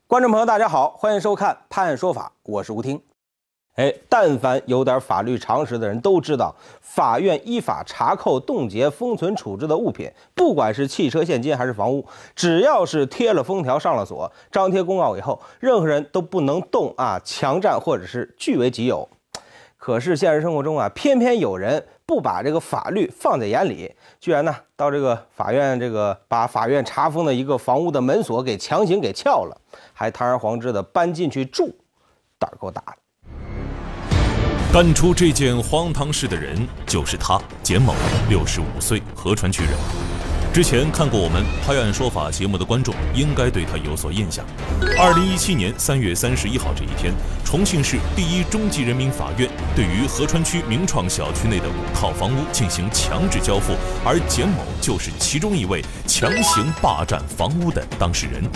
观众朋友，大家好，欢迎收看《判案说法》，我是吴听。但凡有点法律常识的人都知道，法院依法查扣、冻结、封存、处置的物品，不管是汽车、现金还是房屋，只要是贴了封条、上了锁、张贴公告以后，任何人都不能动强占或者是据为己有。可是现实生活中偏偏有人不把这个法律放在眼里，居然到这个法院把法院查封的一个房屋的门锁给强行给撬了，还堂而皇之的搬进去住，胆儿够大的。 干出这件荒唐事的人就是他，简某，65岁，合川区人。之前看过我们《拍案说法》节目的观众应该对他有所印象。2017年3月31号这一天，重庆市第一中级人民法院对于合川区明创小区内的5套房屋进行强制交付，而简某就是其中一位强行霸占房屋的当事人。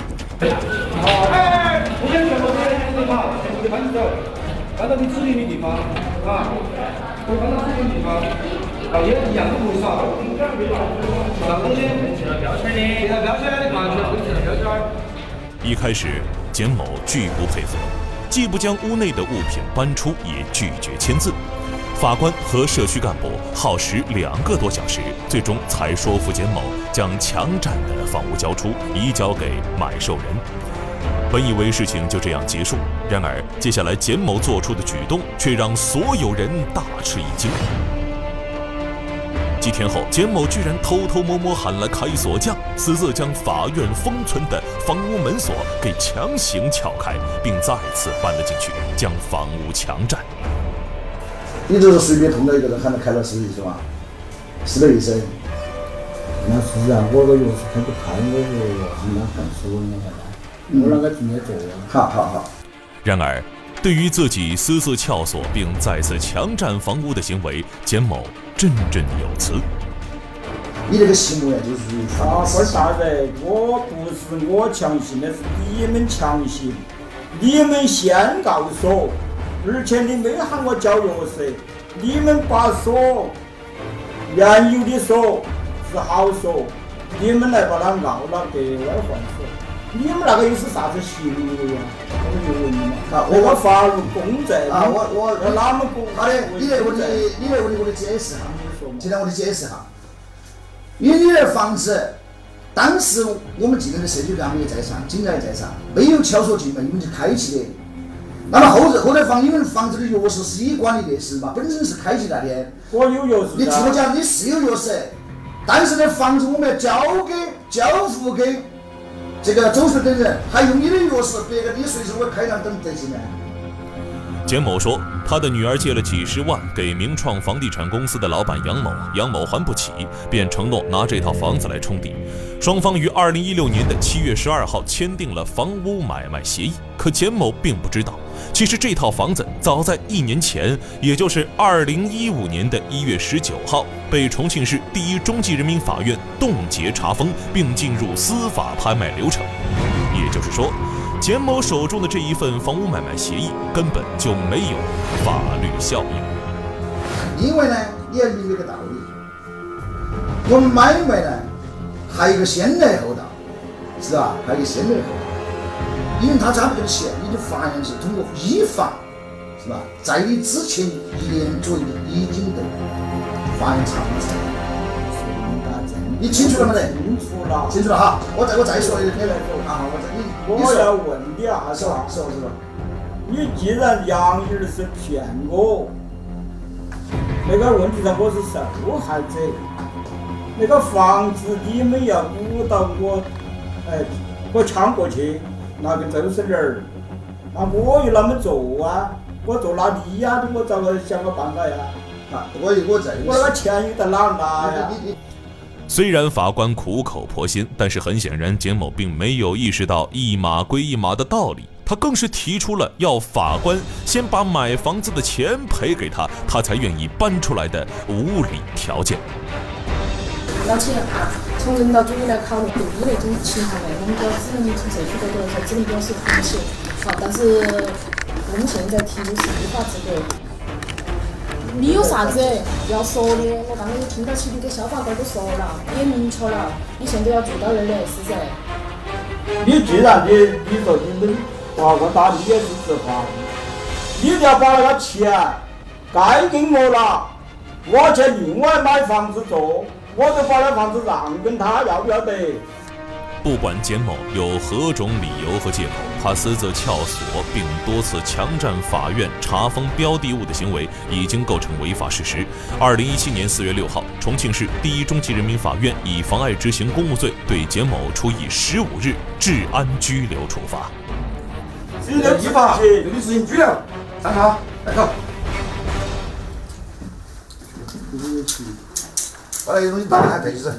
搬到你指定的地方会搬到指定的地方，也一样都不会少。上东西，贴了标签的，贴了标签的，完全不贴了标签。 一开始，简某拒不配合，既不将屋内的物品搬出，也拒绝签字。法官和社区干部耗时2个多小时，最终才说服简某将强占的房屋交出，移交给买受人。本以为事情就这样结束，然而接下来简某做出的举动却让所有人大吃一惊。几天后，简某居然偷偷摸摸喊了开锁匠，私自将法院封存的房屋门锁给强行撬开，并再次搬了进去，将房屋强占。 你就是随便碰到一个人喊他开了是意思吧？是这意思。 那是啊，我个钥匙开不开，我就很难敢说呢。我那个今天做好。 然而，对于自己私自撬锁并再次强占房屋的行为，简某振振有词。 你这个行为就是属于法官大人，我不是我强行的，是你们强行，你们先告诉，而且你没喊我交钥匙，你们把锁原有的锁是好锁，你们来把它拗了格外换锁。你们那个又是啥子行为呀？我就问你嘛，那个法律公正我哪么公？ 好的，你来问题我的解释哈。现在我的解释哈，因为你的房子，当时我们这边的社区干部也在场，警察也在场，没有敲锁进门，你们就开启的。那么后头因为房子的钥匙是你管理的，是吧？本身是开启那的。 我有钥匙。 你听我讲，你是有钥匙，但是呢，房子我们要交付给。这个周顺等人还用你的钥匙，别个你随时会开张等得行呢。 简某说，他的女儿借了几十万给明创房地产公司的老板杨某，杨某还不起，便承诺拿这套房子来冲抵。双方于2016年的7月12号签订了房屋买卖协议。可简某并不知道，其实这套房子早在1年前，也就是2015年的1月19号，被重庆市第一中级人民法院冻结查封，并进入司法拍卖流程。也就是说，简某手中的这一份房屋买卖协议根本就没有法律效应。 因为呢，你要明白个道理，我们买卖呢，还有一个先来后到，是吧？还有一个先来后到。因为他差不多钱，你的法院是通过依法，是吧？在你之前1年左右已经被法院查封了。你清楚了没得？清楚了哈。我再说一遍啊， 我要问你啊， 说。 你既然杨姨儿是骗我，那个问题上我是受害者，那个房子你们要鼓捣我抢过去。那个周生人，那我又那么做啊？我做哪里呀？我找个想个办法呀！ 我那个钱又在哪拿呀？ 虽然法官苦口婆心，但是很显然，简某并没有意识到一码归一码的道理。他更是提出了要法官先把买房子的钱赔给他，他才愿意搬出来的无理条件。 而且从人道主义来考虑，对于那种情况呢，我们只能从社区角度来说，只能表示同情。但是我们现在提的是依法治国，你有啥子要说的？我刚刚也听到起你给消法官都说了，也明确了，你现在要做到的嘞，是噻？ 你既然你说你们娃娃打你也是执法的，你就要把那个钱该给我了，我去另外买房子住，我就把那房子让跟他，要不要得？ 不管简某有何种理由和借口，他私自撬锁并多次强占法院查封标的物的行为已经构成违法事实。2017年4月6号，重庆市第一中级人民法院以妨碍执行公务罪对简某处以15日治安拘留处罚。 依法对你实行拘留，站好，带走。 把那些东西打开备置。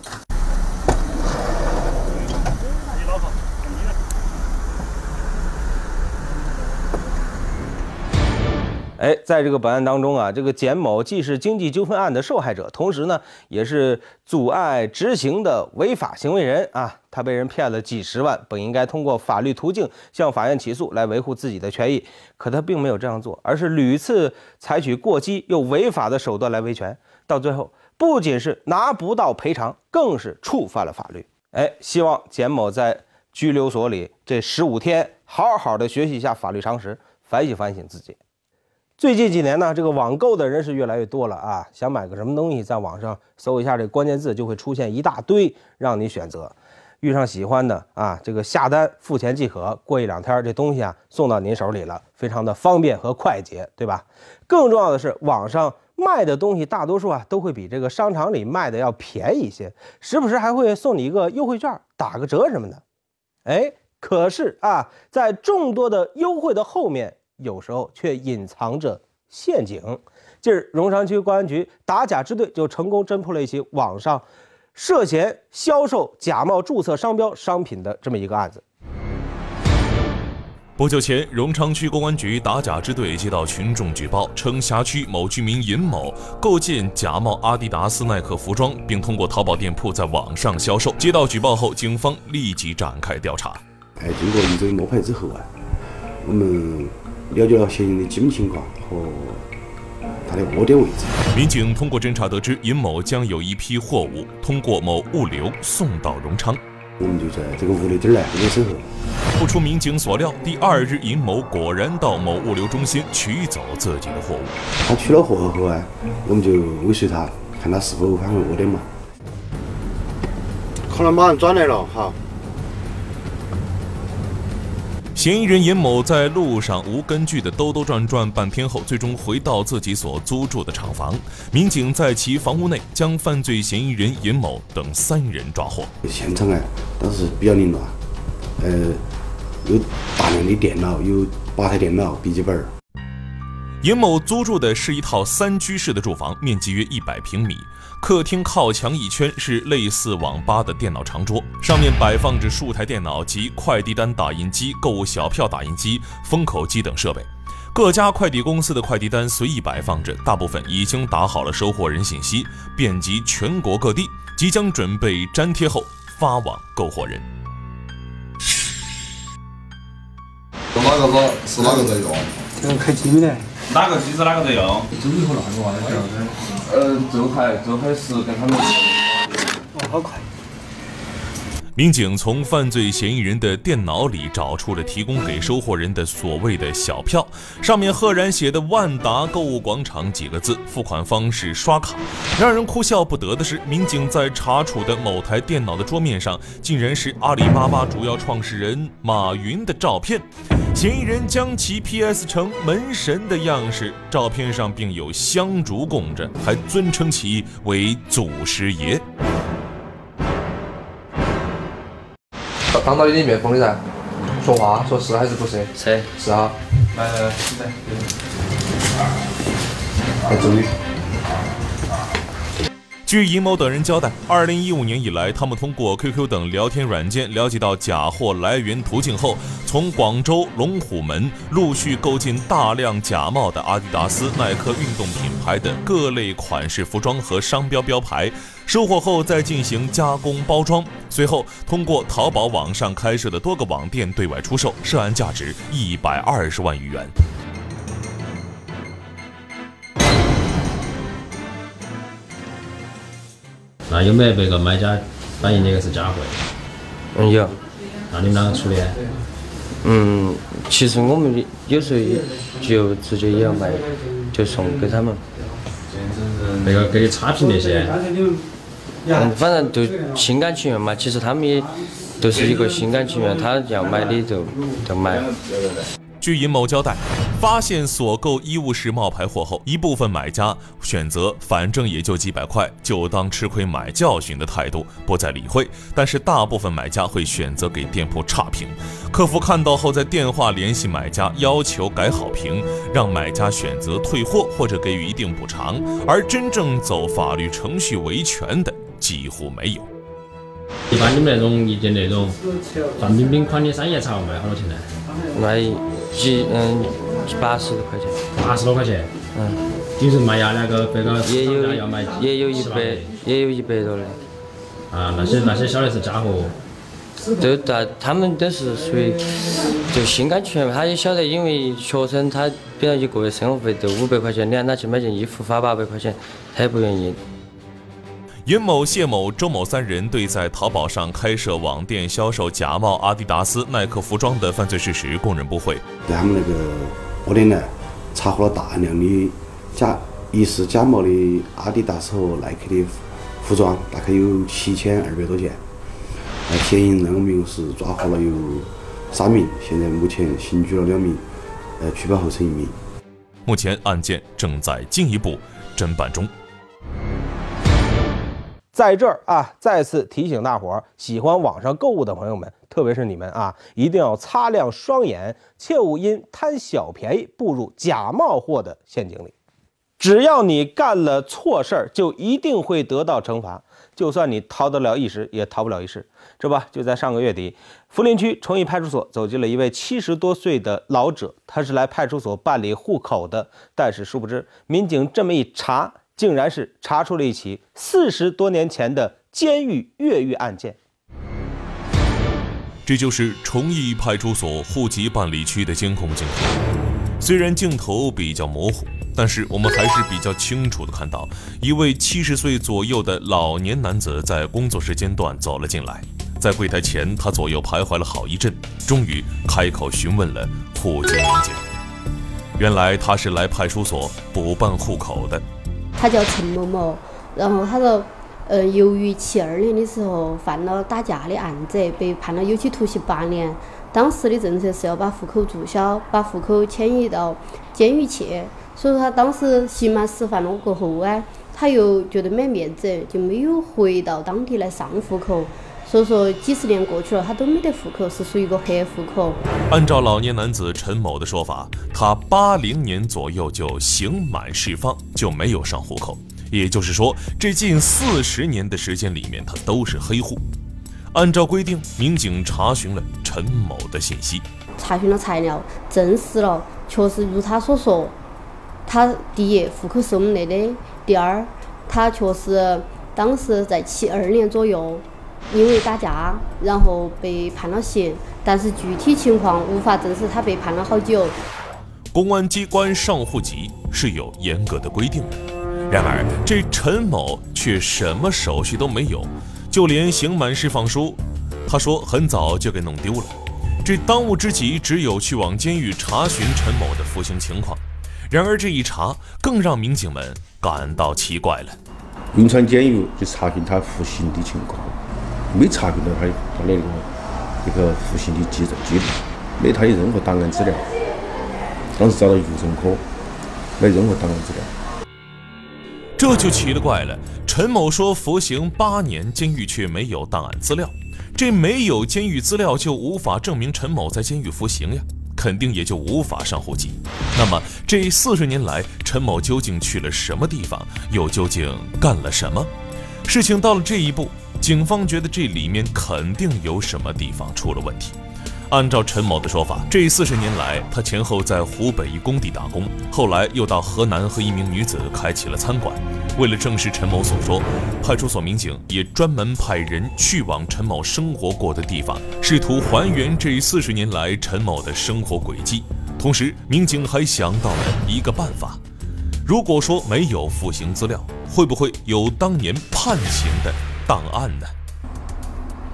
在这个本案当中啊，这个简某既是经济纠纷案的受害者，同时呢，也是阻碍执行的违法行为人啊。他被人骗了几十万，本应该通过法律途径向法院起诉来维护自己的权益，可他并没有这样做，而是屡次采取过激又违法的手段来维权，到最后不仅是拿不到赔偿，更是触犯了法律。希望简某在拘留所里这15天好好的学习一下法律常识，反省反省自己。最近几年呢，这个网购的人是越来越多了啊，想买个什么东西，在网上搜一下这个关键字，就会出现一大堆让你选择。遇上喜欢的啊，这个下单付钱即可，过1-2天这东西啊送到您手里了，非常的方便和快捷，对吧？更重要的是，网上卖的东西大多数啊都会比这个商场里卖的要便宜一些，时不时还会送你一个优惠券，打个折什么的。可是啊，在众多的优惠的后面，有时候却隐藏着陷阱。近日，荣昌区公安局打假支队就成功侦破了一起网上涉嫌销售假冒注册商标商品的这么一个案子。 不久前，荣昌区公安局打假支队接到群众举报，称辖区某居民尹某构建假冒阿迪达斯、耐克服装，并通过淘宝店铺在网上销售。接到举报后，警方立即展开调查。 经过一周摸排之后啊，我们了解了嫌疑人的基本情况和他的窝点位置。 民警通过侦查得知，尹某将有一批货物通过某物流送到荣昌。 我们就在这个物流点呢进行审核。 不出民警所料，第2日尹某果然到某物流中心取走自己的货物。 他取了货后啊，我们就尾随他，看他是否返回窝点嘛。 可能马上转来了哈。 嫌疑人尹某在路上无根据的兜兜转转半天后，最终回到自己所租住的厂房。民警在其房屋内将犯罪嫌疑人尹某等3人抓获。 现场啊，当时比较凌乱，有大量的电脑，有8台电脑、笔记本。 尹某租住的是一套3居室的住房，面积约100平米。客厅靠墙一圈是类似网吧的电脑长桌，上面摆放着数台电脑及快递单打印机、购物小票打印机、封口机等设备。各家快递公司的快递单随意摆放着，大部分已经打好了收货人信息，遍及全国各地，即将准备粘贴后发往购货人。 哪个是哪个在用？ 这个开机没得？ 哪个机是哪个在用？ 这里头那个玩意儿， 这台是跟他们。 哦，好快。 民警从犯罪嫌疑人的电脑里找出了提供给收货人的所谓的小票，上面赫然写的万达购物广场几个字，付款方式刷卡。让人哭笑不得的是，民警在查处的某台电脑的桌面上，竟然是阿里巴巴主要创始人马云的照片。嫌疑人将其 PS 成门神的样式，照片上并有香烛供着，还尊称其为祖师爷。 放到你的面缝里噻，说话，说是还是不是？ 是。 是啊。 来，是的。 注意。 据尹某等人交代，2015年以来，他们通过 QQ 等聊天软件了解到假货来源途径后，从广州、龙虎门陆续购进大量假冒的阿迪达斯、耐克运动品牌的各类款式服装和商标标牌，收货后再进行加工包装，随后通过淘宝网上开设的多个网店对外出售，涉案价值120万余元。 那有没有别个买家反映这个是假货？ 有。 那你们啷个处理？ 其实我们有时候就直接也要卖，就送给他们。 那个给差评那些， 反正都心甘情愿嘛。其实他们也都是一个心甘情愿，他要买的就买。 据尹某交代，发现所购衣物是冒牌货后，一部分买家选择反正也就几百块，就当吃亏买教训的态度，不再理会。但是大部分买家会选择给店铺差评，客服看到后在电话联系买家，要求改好评，让买家选择退货或者给予一定补偿，而真正走法律程序维权的几乎没有。 一般你们那种一件那种范冰冰款的三叶草卖好多钱呢？ 卖80多块钱。 80多块钱。有人卖呀，那个也有要卖也有100，也有100多的。 啊，那些晓得是假货。 他们都是属于就心甘情愿，他也晓得，因为学生他比如一个月生活费都500块钱，你让他去买件衣服发800块钱，他也不愿意。 尹某、谢某、周某3人对在淘宝上开设网店销售假冒阿迪达斯、耐克服装的犯罪事实供认不讳。 在他们那个窝点呢，查获了大量的疑似假冒的阿迪达斯和耐克的服装，大概有7200多件。嫌疑人我们是抓获了有3名，现在目前刑拘了2名，取保候审1名。 目前案件正在进一步侦办中。 在这儿啊，再次提醒大伙儿，喜欢网上购物的朋友们，特别是你们啊，一定要擦亮双眼，切勿因贪小便宜步入假冒货的陷阱里。只要你干了错事儿，就一定会得到惩罚，就算你逃得了一时，也逃不了一世。这不，就在上个月底，涪陵区崇义派出所走进了一位70多岁的老者，他是来派出所办理户口的，但是殊不知，民警这么一查，竟然是查出了一起40多年前的监狱越狱案件。 这就是崇义派出所户籍办理区的监控镜头。虽然镜头比较模糊，但是我们还是比较清楚地看到一位70岁左右的老年男子在工作时间段走了进来。在柜台前，他左右徘徊了好一阵，终于开口询问了户籍民警。原来他是来派出所补办户口的。 他叫陈某某，然后他说，由于72年的时候犯了打架的案子，被判了有期徒刑8年。当时的政策是要把户口注销，把户口迁移到监狱去。所以说他当时刑满释放了过后啊，他又觉得没面子，就没有回到当地来上户口。所以说几十年过去了，他都没得户口，是属于一个黑户口。 按照老年男子陈某的说法，他80年左右就刑满释放，就没有上户口。也就是说，这近40年的时间里面，他都是黑户。按照规定，民警查询了陈某的信息， 查询了材料，证实了确实如他所说，他第一户口是我们那的，第二他确实当时在72年左右因为打架然后被判了刑，但是具体情况无法证实他被判了好久。 公安机关上户籍是有严格的规定的，然而这陈某却什么手续都没有，就连刑满释放书，他说很早就给弄丢了。这当务之急只有去往监狱查询陈某的服刑情况。然而这一查更让民警们感到奇怪了。 云川监狱去查询他服刑的情况，没查询到他那个一个服刑的记录，没他的任何档案资料。当时找到狱政科，没任何档案资料。 这就奇了怪了，陈某说服刑8年，监狱却没有档案资料。这没有监狱资料就无法证明陈某在监狱服刑呀，肯定也就无法上户籍。那么这40年来，陈某究竟去了什么地方，又究竟干了什么？事情到了这一步，警方觉得这里面肯定有什么地方出了问题。按照陈某的说法，这40年来，他前后在湖北一工地打工，后来又到河南和一名女子开起了餐馆。为了证实陈某所说，派出所民警也专门派人去往陈某生活过的地方，试图还原这40年来陈某的生活轨迹。同时，民警还想到了一个办法：如果说没有服刑资料，会不会有当年判刑的档案呢？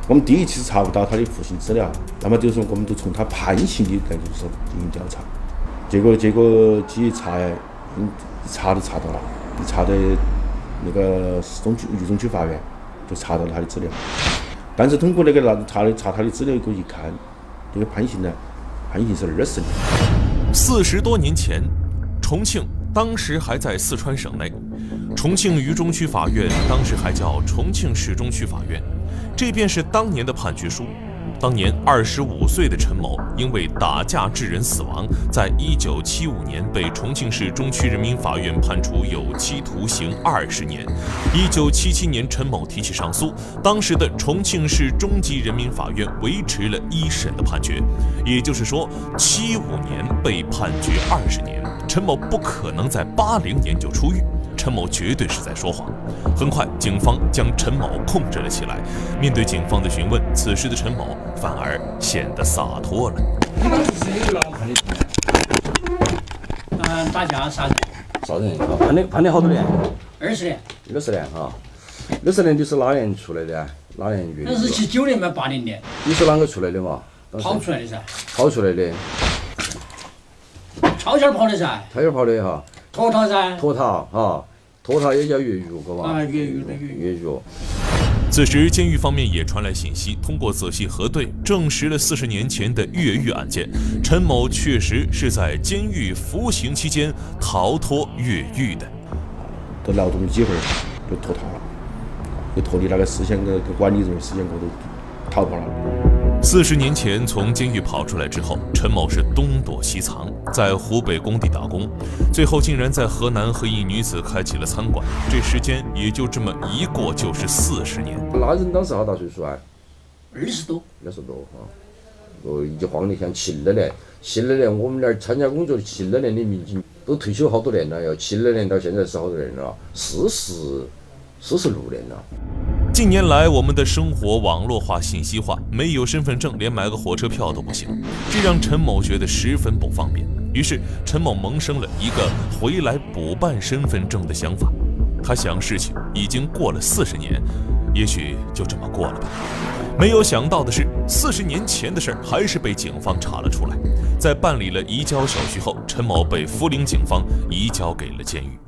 我们第一期是查不到他的户型资料，那么就是说我们就从他判刑的那个时候进行调查，结果一查都查到了，一查的那个渝中区法院就查到了他的资料，但是通过那个查他的资料一看，这个判刑是20年。 40多年前，重庆当时还在四川省内，重庆渝中区法院当时还叫重庆市中区法院，这便是当年的判决书。当年25岁的陈某因为打架致人死亡，在1975年被重庆市中区人民法院判处有期徒刑20年。1977年，陈某提起上诉，当时的重庆市中级人民法院维持了一审的判决，也就是说，75年被判决20年，陈某不可能在80年就出狱。陈某绝对是在说谎。很快，警方将陈某控制了起来。面对警方的询问，此时的陈某反而显得洒脱了。 你当时是有啷个判的？打架杀人。 杀人啊！判的好多年 ？20年。 20年啊！20年就是哪年出来的啊？哪年月？ 那是79年嘛，80年。 你是啷个出来的嘛？ 跑出来的噻。 跑出来的。 超前跑的噻。 超前跑的哈。 脱逃噻。 脱逃哈。脱逃也叫越狱，哥吧？ 越狱。 此时，监狱方面也传来信息，通过仔细核对，证实了40年前的越狱案件，陈某确实是在监狱服刑期间逃脱越狱的。 这劳动机会就脱逃了，就脱离那个思想的管理人思想过头逃跑了。 40年前从监狱跑出来之后，陈某是东躲西藏，在湖北工地打工，最后竟然在河南和一女子开起了餐馆。这时间也就这么一过就是40年。 那人当时好大岁数啊 ？20多啊！一晃的像72年，我们那儿参加工作的72年的民警都退休好多年了，要72年到现在是好多年了，46年了。 近年来，我们的生活网络化、信息化，没有身份证，连买个火车票都不行，这让陈某觉得十分不方便。于是，陈某萌生了一个回来补办身份证的想法。他想，事情已经过了40年，也许就这么过了吧。没有想到的是，40年前的事儿还是被警方查了出来。在办理了移交手续后，陈某被涪陵警方移交给了监狱。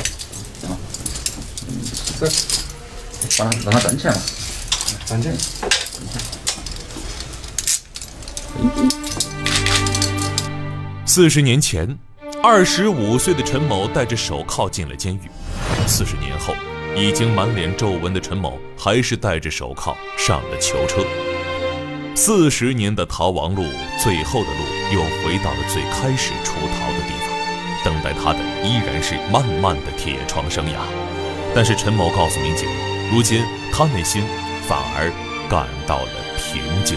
让他站起来嘛，站起来。 40年前，25岁的陈某戴着手铐进了监狱。40年后，已经满脸皱纹的陈某还是戴着手铐上了囚车。40年的逃亡路，最后的路又回到了最开始出逃的地方，等待他的依然是漫漫的铁窗生涯。但是陈某告诉民警，如今他内心反而感到了平静。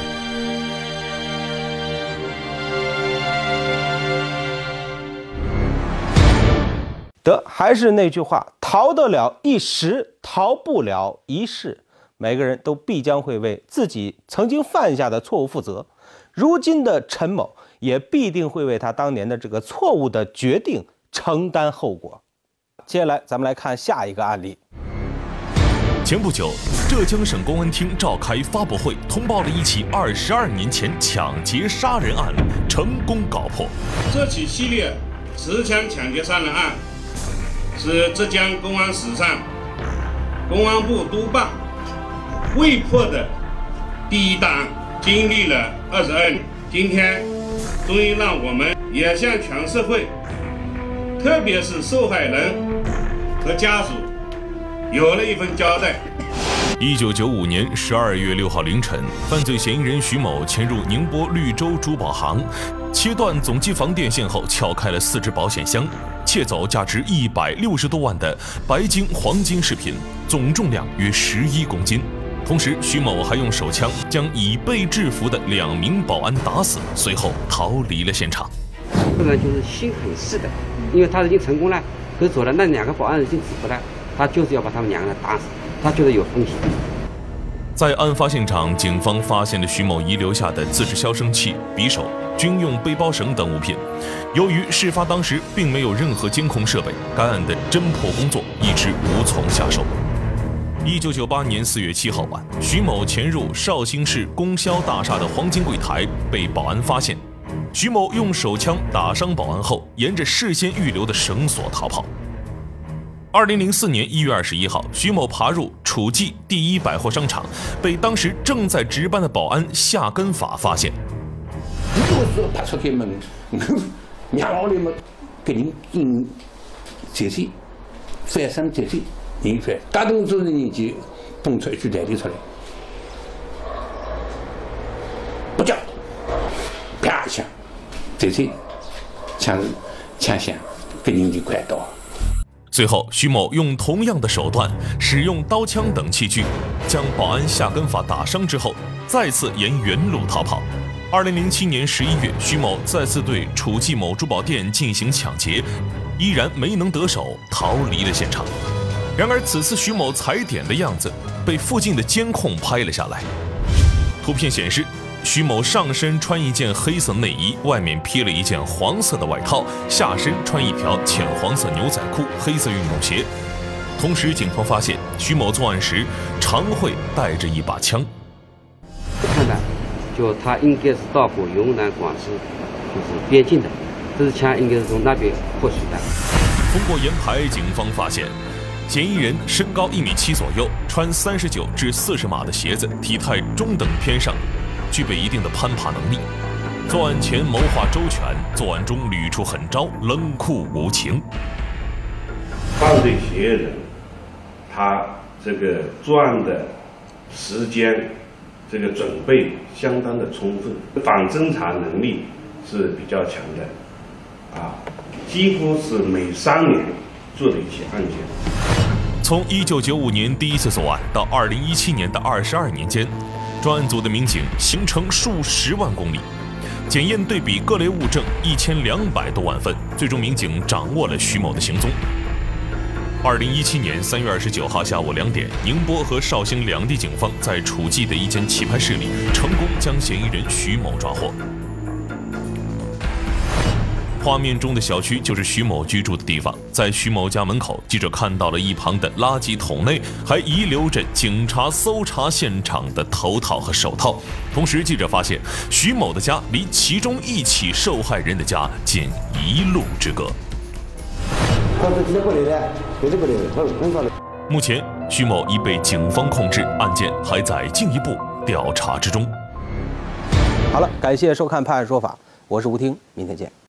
还是那句话，逃得了一时，逃不了一世。每个人都必将会为自己曾经犯下的错误负责。如今的陈某也必定会为他当年的这个错误的决定承担后果。接下来咱们来看下一个案例。 前不久，浙江省公安厅召开发布会，通报了一起22年前抢劫杀人案成功告破。 这起系列持枪抢劫杀人案是浙江公安史上公安部督办未破的第一大案，经历了22年，今天终于让我们也向全社会，特别是受害人和家属有了一份交代。 1995年12月6号凌晨，犯罪嫌疑人徐某潜入宁波绿洲珠宝行，切断总机房电线后撬开了4只保险箱，窃走价值160多万的白金黄金饰品，总重量约11公斤。同时，徐某还用手枪将已被制服的2名保安打死，随后逃离了现场。 这个人就是心很细的，因为他已经成功了，可是走了那2个保安已经止步了，他就是要把他们2个人打死，他觉得有风险。 在案发现场，警方发现了徐某遗留下的自制消声器、匕首、军用背包绳等物品。由于事发当时并没有任何监控设备，该案的侦破工作一直无从下手。 1998年4月7号晚，徐某潜入绍兴市供销大厦的黄金柜台，被保安发现。徐某用手枪打伤保安后，沿着事先预留的绳索逃跑。2004年1月21号，徐某爬入楚记第一百货商场，被当时正在值班的保安夏根法发现。 你就是爬出去门，娘老的嘛，给您这些翻身这些人翻，感动住人就蹦出一句来的出来，不叫，啪一下，这些枪响，给人就快到。 随后，徐某用同样的手段，使用刀枪等器具，将保安夏根法打伤之后，再次沿原路逃跑。2007年11月，徐某再次对楚记某珠宝店进行抢劫，依然没能得手，逃离了现场。然而，此次徐某踩点的样子被附近的监控拍了下来。图片显示，徐某上身穿一件黑色内衣，外面披了一件黄色的外套，下身穿一条浅黄色牛仔裤、黑色运动鞋。同时，警方发现徐某作案时常会带着一把枪。 看看，就他应该是到过云南、广西，就是边境的，这支枪应该是从那边获取的。 通过研排，警方发现，嫌疑人身高1.7米左右，穿39至40码的鞋子，体态中等偏上，具备一定的攀爬能力。作案前谋划周全，作案中屡出狠招，冷酷无情。 犯罪嫌疑人他这个作案的时间，这个准备相当的充分，反侦查能力是比较强的，几乎是每3年做的一起案件。 从1995年第一次作案到2017年的22年间，专案组的民警行程数10万公里，检验对比各类物证1200多万份，最终民警掌握了徐某的行踪。2017年3月29号下午2点，宁波和绍兴两地警方在楚记的一间棋牌室里成功将嫌疑人徐某抓获。画面中的小区就是徐某居住的地方，在徐某家门口，记者看到了一旁的垃圾桶内还遗留着警察搜查现场的头套和手套。同时，记者发现徐某的家离其中一起受害人的家仅1路之隔。目前，徐某已被警方控制，案件还在进一步调查之中。 好了，感谢收看《判案说法》，我是吴听，明天见。